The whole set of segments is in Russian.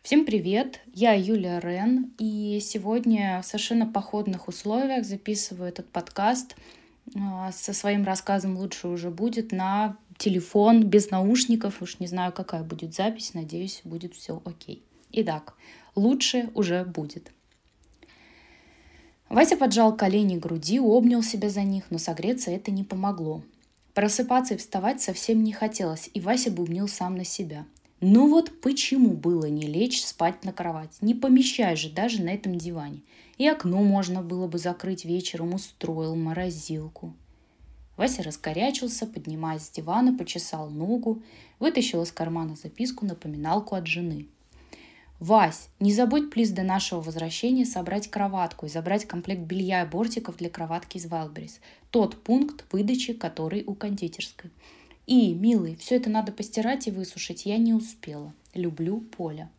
Всем привет! Я Юлия Рен, и сегодня в совершенно походных условиях записываю этот подкаст со своим рассказом «Лучше уже будет» на телефон, без наушников. Уж не знаю, какая будет запись, надеюсь, будет все окей. Итак, «Лучше уже будет». Вася поджал колени к груди, обнял себя за них, но согреться это не помогло. Просыпаться и вставать совсем не хотелось, и Вася бубнил сам на себя. Ну вот почему было не лечь спать на кровать? Не помещай же даже на этом диване. И окно можно было бы закрыть вечером, устроил морозилку. Вася раскорячился, поднимаясь с дивана, почесал ногу, вытащил из кармана записку, напоминалку от жены. «Вась, не забудь, плиз, до нашего возвращения собрать кроватку и забрать комплект белья и бортиков для кроватки из Wildberries. Тот пункт выдачи, который у кондитерской. И, милый, все это надо постирать и высушить. Я не успела. Люблю, Поля».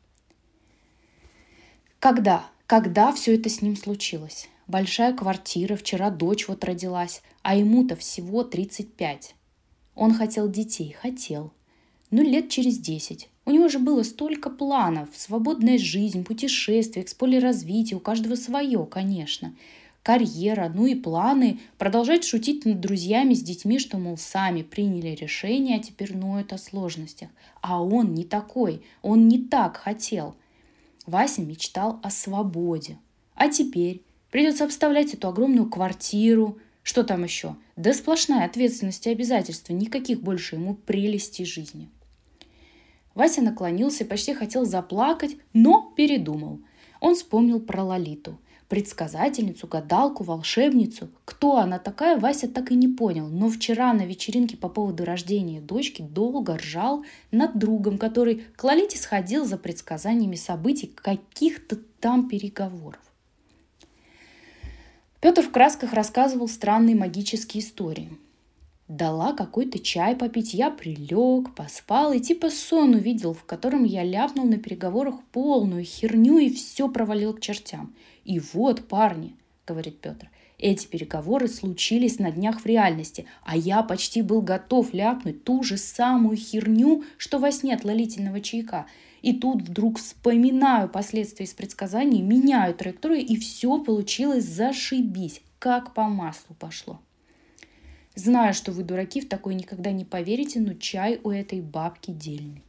Когда все это с ним случилось? Большая квартира, вчера дочь вот родилась, а ему-то всего 35. Он хотел детей, хотел. Ну, лет через 10. У него же было столько планов. Свободная жизнь, путешествия, эксполе-развитие. У каждого свое, конечно. Карьера, ну и планы. Продолжать шутить над друзьями с детьми, что, мол, сами приняли решение, а теперь ноют о сложностях. А он не такой. Он не так хотел. Вася мечтал о свободе. А теперь придется обставлять эту огромную квартиру. Что там еще? Да сплошная ответственность и обязательства. Никаких больше ему прелестей жизни. Вася наклонился и почти хотел заплакать, но передумал. Он вспомнил про Лолиту. Предсказательницу, гадалку, волшебницу. Кто она такая, Вася так и не понял. Но вчера на вечеринке по поводу рождения дочки долго ржал над другом, который к Лолите сходил за предсказаниями событий каких-то там переговоров. Петр в красках рассказывал странные магические истории. Дала какой-то чай попить, я прилег, поспал и типа сон увидел, в котором я ляпнул на переговорах полную херню и все провалил к чертям. И вот, парни, говорит Петр, эти переговоры случились на днях в реальности, а я почти был готов ляпнуть ту же самую херню, что во сне от Лолитиного чайка. И тут вдруг вспоминаю последствия из предсказаний, меняю траекторию, и все получилось зашибись, как по маслу пошло. Знаю, что вы, дураки, в такое никогда не поверите, но чай у этой бабки дельный.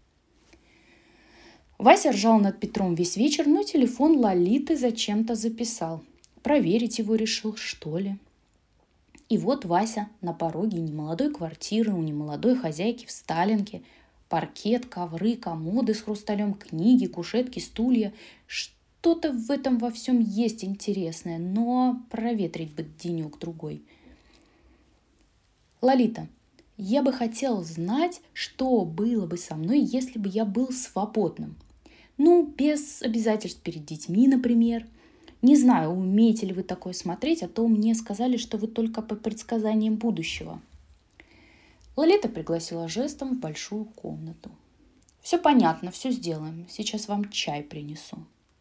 Вася ржал над Петром весь вечер, но телефон Лолиты зачем-то записал. Проверить его решил, что ли. И вот Вася на пороге немолодой квартиры у немолодой хозяйки в Сталинке. Паркет, ковры, комоды с хрусталем, книги, кушетки, стулья. Что-то в этом во всем есть интересное, но проветрить бы денек-другой. Лолита, я бы хотела знать, что было бы со мной, если бы я был свободным. Ну, без обязательств перед детьми, например. Не знаю, умеете ли вы такое смотреть, а то мне сказали, что вы только по предсказаниям будущего. Лолита пригласила жестом в большую комнату. Все понятно, все сделаем. Сейчас вам чай принесу.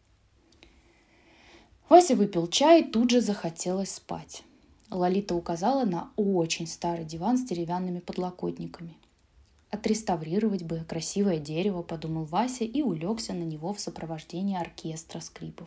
Вася выпил чай и тут же захотелось спать. Лолита указала на очень старый диван с деревянными подлокотниками. Отреставрировать бы красивое дерево, подумал Вася и улегся на него в сопровождении оркестра скрипов.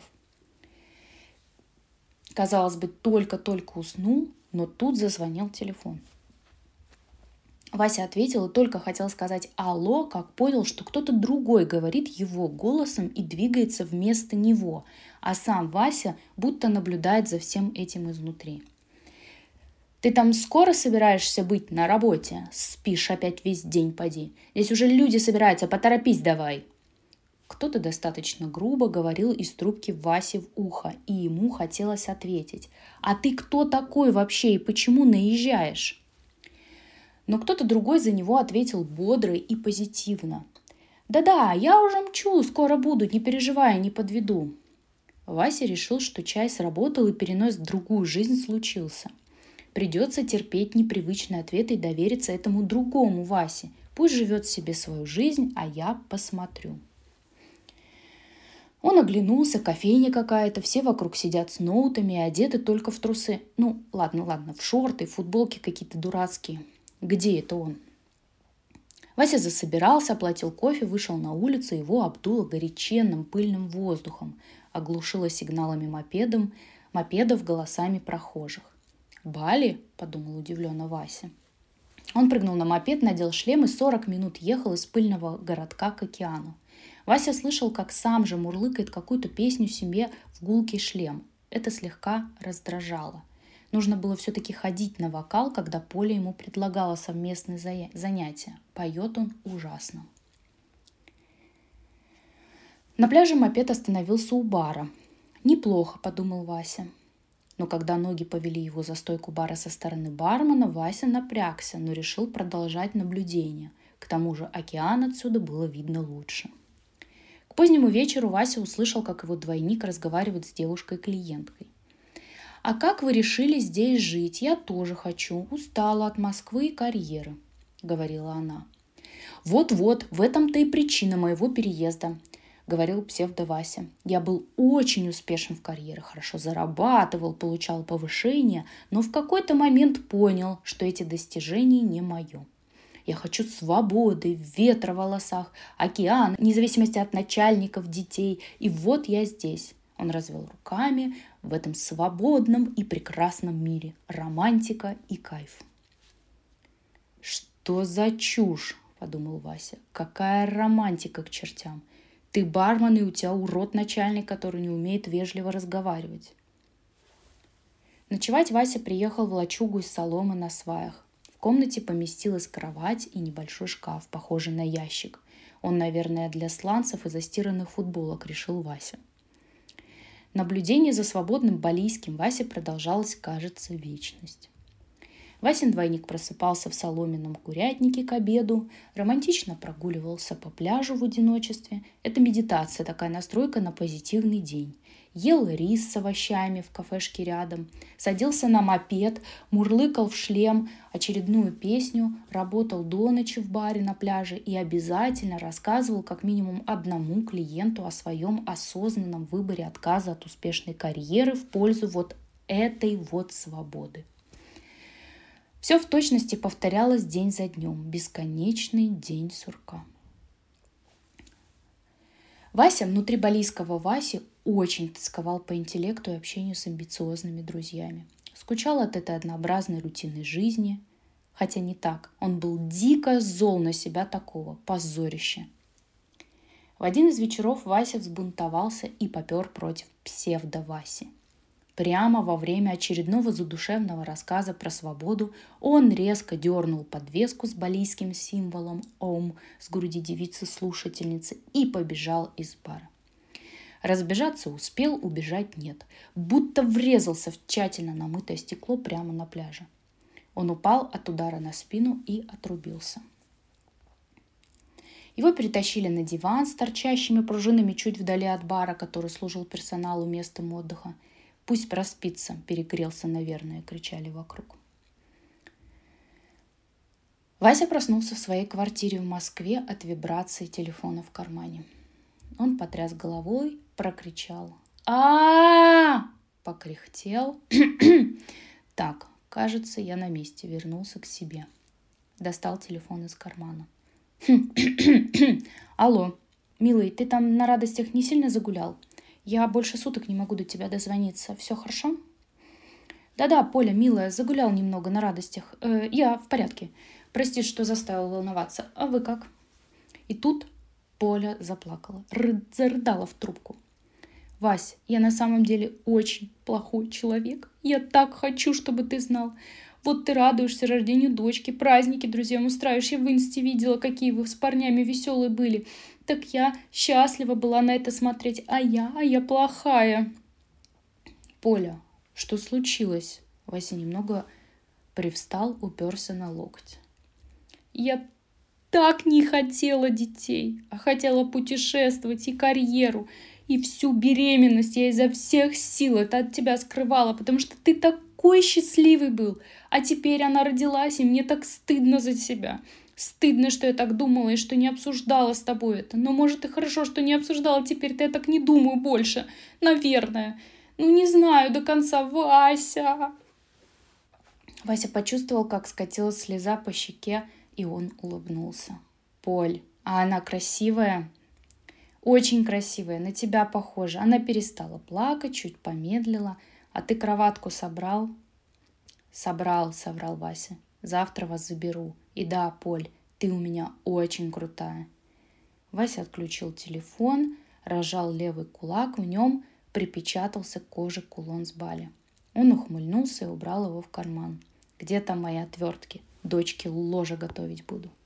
Казалось бы, только-только уснул, но тут зазвонил телефон. Вася ответил и только хотел сказать «Алло», как понял, что кто-то другой говорит его голосом и двигается вместо него, а сам Вася будто наблюдает за всем этим изнутри. «Ты там скоро собираешься быть на работе? Спишь опять весь день, поди. Здесь уже люди собираются, поторопись давай!» Кто-то достаточно грубо говорил из трубки Васе в ухо, и ему хотелось ответить. «А ты кто такой вообще и почему наезжаешь?» Но кто-то другой за него ответил бодро и позитивно. «Да-да, я уже мчу, скоро буду, не переживай, не подведу». Вася решил, что чай сработал и перенос в другую жизнь случился. Придется терпеть непривычный ответ и довериться этому другому Васе. Пусть живет себе свою жизнь, а я посмотрю. Он оглянулся, кофейня какая-то, все вокруг сидят с ноутами и одеты только в трусы. Ну, ладно, в шорты, футболки какие-то дурацкие. Где это он? Вася засобирался, оплатил кофе, вышел на улицу, его обдуло горяченным пыльным воздухом, оглушило сигналами мопедов, голосами прохожих. «Бали?» – подумал удивленно Вася. Он прыгнул на мопед, надел шлем и 40 минут ехал из пыльного городка к океану. Вася слышал, как сам же мурлыкает какую-то песню себе в гулкий шлем. Это слегка раздражало. Нужно было все-таки ходить на вокал, когда Поля ему предлагала совместные занятия. Поет он ужасно. На пляже мопед остановился у бара. «Неплохо», – подумал Вася. Но когда ноги повели его за стойку бара со стороны бармена, Вася напрягся, но решил продолжать наблюдение. К тому же океан отсюда было видно лучше. К позднему вечеру Вася услышал, как его двойник разговаривает с девушкой-клиенткой. «А как вы решили здесь жить? Я тоже хочу. Устала от Москвы и карьеры», — говорила она. «Вот-вот, в этом-то и причина моего переезда», — говорил псевдо-Вася. «Я был очень успешен в карьере, хорошо зарабатывал, получал повышение, но в какой-то момент понял, что эти достижения не мое. Я хочу свободы, ветра в волосах, океан, независимости от начальников, детей. И вот я здесь». Он развел руками в этом свободном и прекрасном мире. Романтика и кайф. «Что за чушь?» – подумал Вася. «Какая романтика к чертям! Ты бармен, и у тебя урод-начальник, который не умеет вежливо разговаривать». Ночевать Вася приехал в лачугу из соломы на сваях. В комнате поместилась кровать и небольшой шкаф, похожий на ящик. Он, наверное, для сланцев и застиранных футболок, решил Вася. Наблюдение за свободным балийским Васе продолжалось, кажется, вечность. Васин двойник просыпался в соломенном курятнике к обеду, романтично прогуливался по пляжу в одиночестве. Это медитация, такая настройка на позитивный день. Ел рис с овощами в кафешке рядом, садился на мопед, мурлыкал в шлем очередную песню, работал до ночи в баре на пляже и обязательно рассказывал как минимум одному клиенту о своем осознанном выборе отказа от успешной карьеры в пользу вот этой вот свободы. Все в точности повторялось день за днем, бесконечный день сурка. Вася, внутри балийского Васи, очень тосковал по интеллекту и общению с амбициозными друзьями. Скучал от этой однообразной рутинной жизни, хотя не так. Он был дико зол на себя такого, позорище. В один из вечеров Вася взбунтовался и попер против псевдо-Васи. Прямо во время очередного задушевного рассказа про свободу он резко дернул подвеску с балийским символом «Ом» с груди девицы-слушательницы и побежал из бара. Разбежаться успел, убежать нет. Будто врезался в тщательно намытое стекло прямо на пляже. Он упал от удара на спину и отрубился. Его перетащили на диван с торчащими пружинами чуть вдали от бара, который служил персоналу местом отдыха. «Пусть проспится, перегрелся, наверное», — кричали вокруг. Вася проснулся в своей квартире в Москве от вибрации телефона в кармане. Он потряс головой, прокричал «А-а-а!», покряхтел. «Так, кажется, я на месте», вернулся к себе. Достал телефон из кармана. «Алло, милый, ты там на радостях не сильно загулял? Я больше суток не могу до тебя дозвониться. Все хорошо?» «Да-да, Поля, милая, загулял немного на радостях. Я в порядке. Прости, что заставил волноваться. А вы как?» И тут Поля заплакала, зарыдала в трубку. «Вась, я на самом деле очень плохой человек. Я так хочу, чтобы ты знал. Вот ты радуешься рождению дочки, праздники друзьям устраиваешь. Я в инсте видела, какие вы с парнями веселые были. Так я счастлива была на это смотреть. А я плохая». «Поля, что случилось?» Вася немного привстал, уперся на локоть. «Я так не хотела детей, а хотела путешествовать и карьеру. И всю беременность я изо всех сил это от тебя скрывала, потому что ты такой счастливый был. А теперь она родилась, и мне так стыдно за себя. Стыдно, что я так думала и что не обсуждала с тобой это. Но, может, и хорошо, что не обсуждала. Теперь-то я так не думаю больше. Наверное. Ну, не знаю до конца. Вася!» Вася почувствовал, как скатилась слеза по щеке, и он улыбнулся. Поль, а она красивая?» «Очень красивая, на тебя похожа». Она перестала плакать, чуть помедлила. «А ты кроватку собрал?» «Собрал», — соврал Вася. «Завтра вас заберу. И да, Поль, ты у меня очень крутая». Вася отключил телефон, разжал левый кулак, в нем припечатался к коже кулон с Бали. Он ухмыльнулся и убрал его в карман. «Где там мои отвертки? Дочке ложе готовить буду».